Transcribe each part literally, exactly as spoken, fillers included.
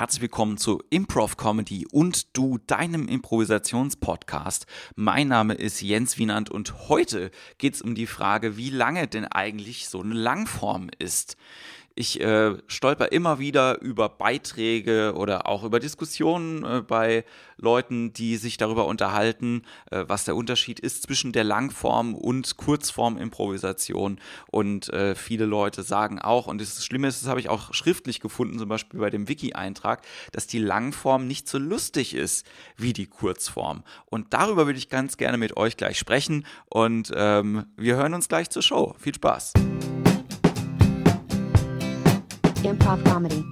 herzlich willkommen zu Improv Comedy und du, deinem Improvisationspodcast. Mein Name ist Jens Wienand und heute geht es um die Frage, wie lange denn eigentlich so eine Langform ist. Ich äh, stolper immer wieder über Beiträge oder auch über Diskussionen äh, bei Leuten, die sich darüber unterhalten, äh, was der Unterschied ist zwischen der Langform und Kurzform-Improvisation. Und äh, viele Leute sagen auch, und das Schlimme ist, das habe ich auch schriftlich gefunden, zum Beispiel bei dem Wiki-Eintrag, dass die Langform nicht so lustig ist wie die Kurzform. Und darüber würde ich ganz gerne mit euch gleich sprechen und ähm, wir hören uns gleich zur Show. Viel Spaß! Improv Comedy.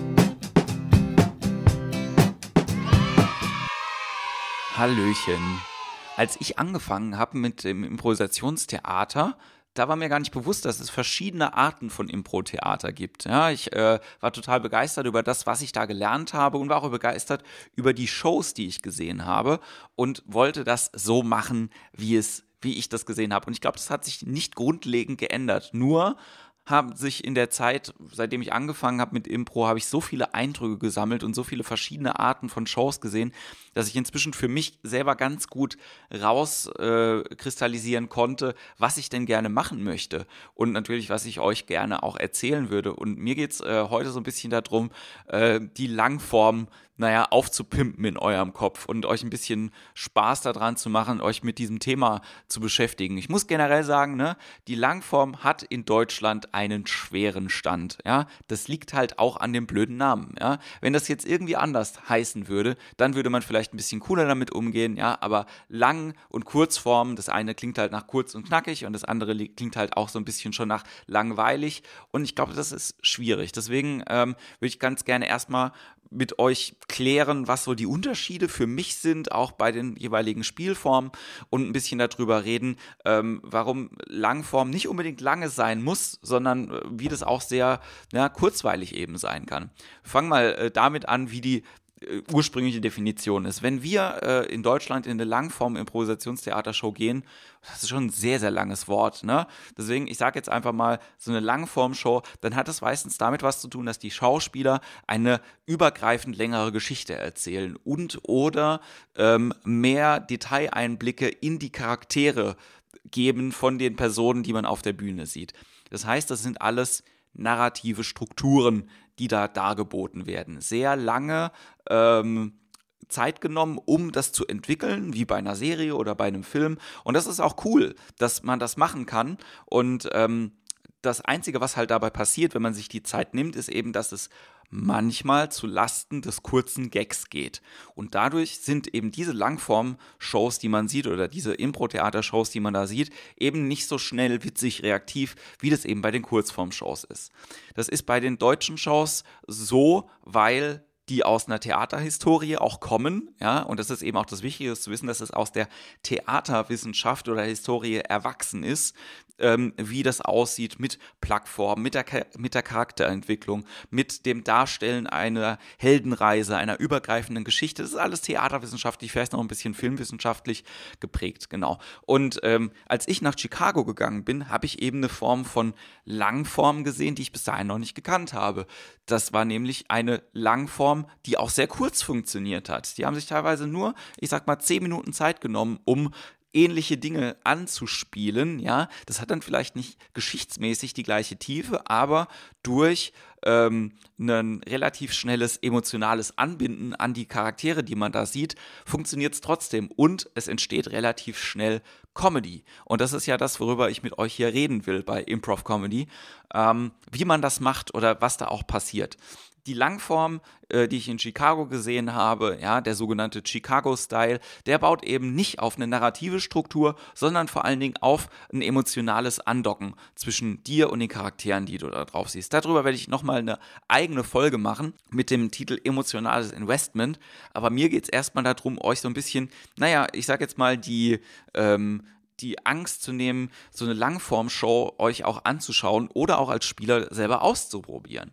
Hallöchen. Als ich angefangen habe mit dem Improvisationstheater, da war mir gar nicht bewusst, dass es verschiedene Arten von Impro-Theater gibt. Ja, ich äh, war total begeistert über das, was ich da gelernt habe und war auch begeistert über die Shows, die ich gesehen habe und wollte das so machen, wie es, wie ich das gesehen habe. Und ich glaube, das hat sich nicht grundlegend geändert. Nur haben sich in der Zeit, seitdem ich angefangen habe mit Impro, habe ich so viele Eindrücke gesammelt und so viele verschiedene Arten von Shows gesehen, dass ich inzwischen für mich selber ganz gut rauskristallisieren äh, konnte, was ich denn gerne machen möchte und natürlich, was ich euch gerne auch erzählen würde. Und mir geht es äh, heute so ein bisschen darum, äh, die Langform naja, aufzupimpen in eurem Kopf und euch ein bisschen Spaß daran zu machen, euch mit diesem Thema zu beschäftigen. Ich muss generell sagen, ne, die Langform hat in Deutschland einen schweren Stand, ja. Das liegt halt auch an dem blöden Namen, ja. Wenn das jetzt irgendwie anders heißen würde, dann würde man vielleicht ein bisschen cooler damit umgehen, ja, aber Lang- und Kurzform, das eine klingt halt nach kurz und knackig und das andere klingt halt auch so ein bisschen schon nach langweilig und ich glaube, das ist schwierig. Deswegen ähm, würde ich ganz gerne erstmal mit euch klären, was so die Unterschiede für mich sind, auch bei den jeweiligen Spielformen und ein bisschen darüber reden, ähm, warum Langform nicht unbedingt lange sein muss, sondern äh, wie das auch sehr ja, kurzweilig eben sein kann. Wir fangen mal äh, damit an, wie die äh, ursprüngliche Definition ist. Wenn wir äh, in Deutschland in eine Langform-Improvisationstheatershow gehen, das ist schon ein sehr, sehr langes Wort, ne? Deswegen, ich sage jetzt einfach mal, so eine Langform-Show, dann hat es meistens damit was zu tun, dass die Schauspieler eine übergreifend längere Geschichte erzählen und oder ähm, mehr Detaileinblicke in die Charaktere geben von den Personen, die man auf der Bühne sieht. Das heißt, das sind alles narrative Strukturen, die da dargeboten werden. Sehr lange ähm, Zeit genommen, um das zu entwickeln, wie bei einer Serie oder bei einem Film. Und das ist auch cool, dass man das machen kann. Und ähm, das Einzige, was halt dabei passiert, wenn man sich die Zeit nimmt, ist eben, dass es manchmal zu Lasten des kurzen Gags geht. Und dadurch sind eben diese Langform-Shows, die man sieht, oder diese Impro-Theater-Shows, die man da sieht, eben nicht so schnell, witzig, reaktiv, wie das eben bei den Kurzform-Shows ist. Das ist bei den deutschen Shows so, weil die aus einer Theaterhistorie auch kommen, ja, und das ist eben auch das Wichtige zu wissen, dass es aus der Theaterwissenschaft oder Historie erwachsen ist, ähm, wie das aussieht mit Plattformen, mit der, mit der Charakterentwicklung, mit dem Darstellen einer Heldenreise, einer übergreifenden Geschichte. Das ist alles theaterwissenschaftlich, vielleicht noch ein bisschen filmwissenschaftlich geprägt, genau. Und ähm, als ich nach Chicago gegangen bin, habe ich eben eine Form von Langform gesehen, die ich bis dahin noch nicht gekannt habe. Das war nämlich eine Langform, die auch sehr kurz funktioniert hat. Die haben sich teilweise nur, ich sag mal, zehn Minuten Zeit genommen, um ähnliche Dinge anzuspielen, ja, das hat dann vielleicht nicht geschichtsmäßig die gleiche Tiefe, aber durch ähm, ein relativ schnelles emotionales Anbinden an die Charaktere, die man da sieht, funktioniert es trotzdem und es entsteht relativ schnell Comedy. Und das ist ja das, worüber ich mit euch hier reden will bei Improv Comedy, ähm, wie man das macht oder was da auch passiert. Die Langform, äh, die ich in Chicago gesehen habe, ja, der sogenannte Chicago-Style, der baut eben nicht auf eine narrative Struktur, sondern vor allen Dingen auf ein emotionales Andocken zwischen dir und den Charakteren, die du da drauf siehst. Darüber werde ich nochmal eine eigene Folge machen mit dem Titel Emotionales Investment. Aber mir geht es erstmal darum, euch so ein bisschen, naja, ich sag jetzt mal, die ähm, die Angst zu nehmen, so eine Langform-Show euch auch anzuschauen oder auch als Spieler selber auszuprobieren.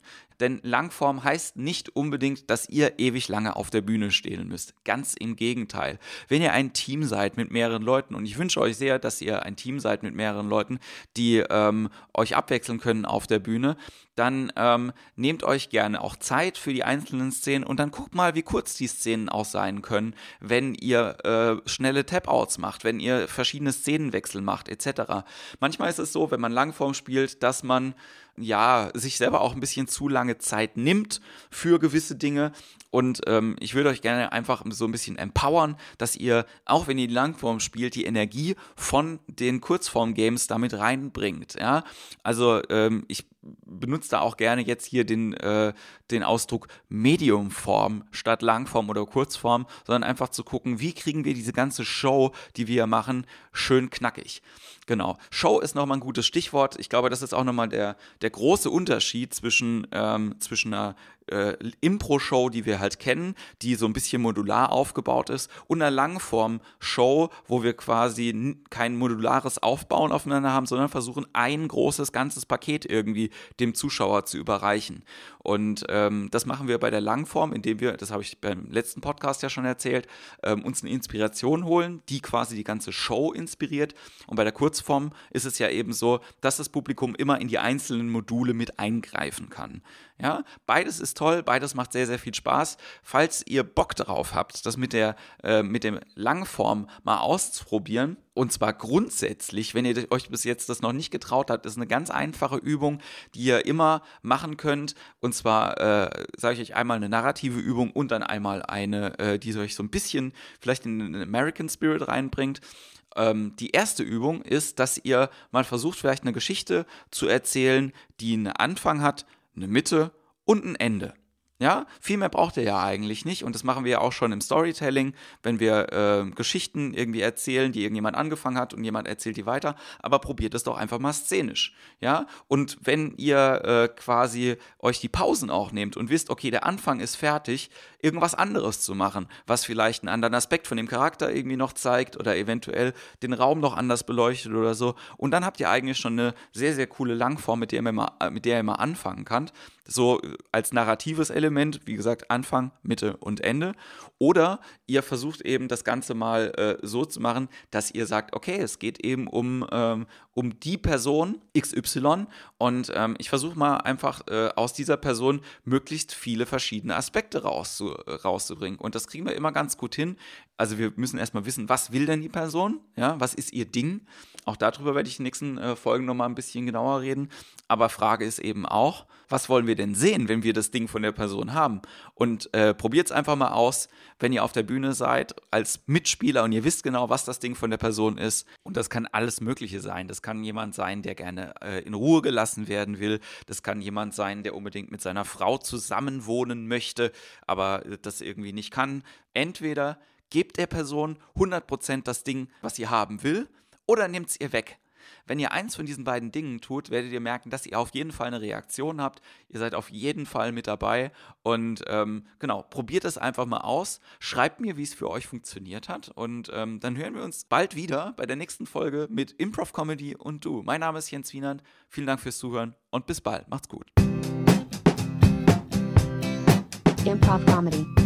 Denn Langform heißt nicht unbedingt, dass ihr ewig lange auf der Bühne stehen müsst. Ganz im Gegenteil. Wenn ihr ein Team seid mit mehreren Leuten, und ich wünsche euch sehr, dass ihr ein Team seid mit mehreren Leuten, die ähm, euch abwechseln können auf der Bühne, dann ähm, nehmt euch gerne auch Zeit für die einzelnen Szenen und dann guckt mal, wie kurz die Szenen auch sein können, wenn ihr äh, schnelle Tap-Outs macht, wenn ihr verschiedene Szenenwechsel macht, et cetera. Manchmal ist es so, wenn man Langform spielt, dass man ja sich selber auch ein bisschen zu lange Zeit nimmt für gewisse Dinge. Und ähm, ich würde euch gerne einfach so ein bisschen empowern, dass ihr, auch wenn ihr die Langform spielt, die Energie von den Kurzform-Games damit reinbringt. Ja? Also ähm, ich benutze da auch gerne jetzt hier den, äh, den Ausdruck Mediumform statt Langform oder Kurzform, sondern einfach zu gucken, wie kriegen wir diese ganze Show, die wir machen, schön knackig. Genau, Show ist nochmal ein gutes Stichwort. Ich glaube, das ist auch nochmal der, der große Unterschied zwischen, ähm, zwischen einer äh, Impro-Show, die wir halt kennen, die so ein bisschen modular aufgebaut ist, und einer Langform-Show, wo wir quasi n- kein modulares Aufbauen aufeinander haben, sondern versuchen, ein großes, ganzes Paket irgendwie dem Zuschauer zu überreichen. Und ähm, das machen wir bei der Langform, indem wir, das habe ich beim letzten Podcast ja schon erzählt, ähm, uns eine Inspiration holen, die quasi die ganze Show inspiriert. Und bei der Kurzform ist es ja eben so, dass das Publikum immer in die einzelnen Module mit eingreifen kann. Ja, beides ist toll, beides macht sehr, sehr viel Spaß. Falls ihr Bock darauf habt, das mit der, äh, mit dem Langform mal auszuprobieren, und zwar grundsätzlich, wenn ihr euch bis jetzt das noch nicht getraut habt, ist eine ganz einfache Übung, die ihr immer machen könnt. Und zwar äh, sage ich euch einmal eine narrative Übung und dann einmal eine, äh, die euch so ein bisschen vielleicht in den American Spirit reinbringt. Ähm, die erste Übung ist, dass ihr mal versucht, vielleicht eine Geschichte zu erzählen, die einen Anfang hat, eine Mitte und ein Ende. Ja, viel mehr braucht ihr ja eigentlich nicht, und das machen wir ja auch schon im Storytelling, wenn wir äh, Geschichten irgendwie erzählen, die irgendjemand angefangen hat und jemand erzählt die weiter, aber probiert es doch einfach mal szenisch, ja, und wenn ihr äh, quasi euch die Pausen auch nehmt und wisst, okay, der Anfang ist fertig, irgendwas anderes zu machen, was vielleicht einen anderen Aspekt von dem Charakter irgendwie noch zeigt oder eventuell den Raum noch anders beleuchtet oder so, und dann habt ihr eigentlich schon eine sehr, sehr coole Langform, mit der ihr mal, mit der ihr mal anfangen könnt, so als narratives Element, wie gesagt, Anfang, Mitte und Ende. Oder ihr versucht eben das Ganze mal äh, so zu machen, dass ihr sagt, okay, es geht eben um, ähm, um die Person X Y, und ähm, ich versuche mal einfach äh, aus dieser Person möglichst viele verschiedene Aspekte rauszu, rauszubringen. Und das kriegen wir immer ganz gut hin. Also wir müssen erstmal wissen, was will denn die Person? Ja, was ist ihr Ding? Auch darüber werde ich in den nächsten äh, Folgen nochmal ein bisschen genauer reden. Aber Frage ist eben auch, was wollen wir denn sehen, wenn wir das Ding von der Person haben? Und äh, probiert es einfach mal aus, wenn ihr auf der Bühne seid als Mitspieler und ihr wisst genau, was das Ding von der Person ist. Und das kann alles Mögliche sein. Das kann jemand sein, der gerne äh, in Ruhe gelassen werden will. Das kann jemand sein, der unbedingt mit seiner Frau zusammenwohnen möchte, aber das irgendwie nicht kann. Entweder gebt der Person hundert Prozent das Ding, was sie haben will, oder nehmt es ihr weg. Wenn ihr eins von diesen beiden Dingen tut, werdet ihr merken, dass ihr auf jeden Fall eine Reaktion habt. Ihr seid auf jeden Fall mit dabei. Und ähm, genau, probiert es einfach mal aus. Schreibt mir, wie es für euch funktioniert hat. Und ähm, dann hören wir uns bald wieder bei der nächsten Folge mit Improv Comedy und du. Mein Name ist Jens Wienand. Vielen Dank fürs Zuhören und bis bald. Macht's gut. Improv Comedy.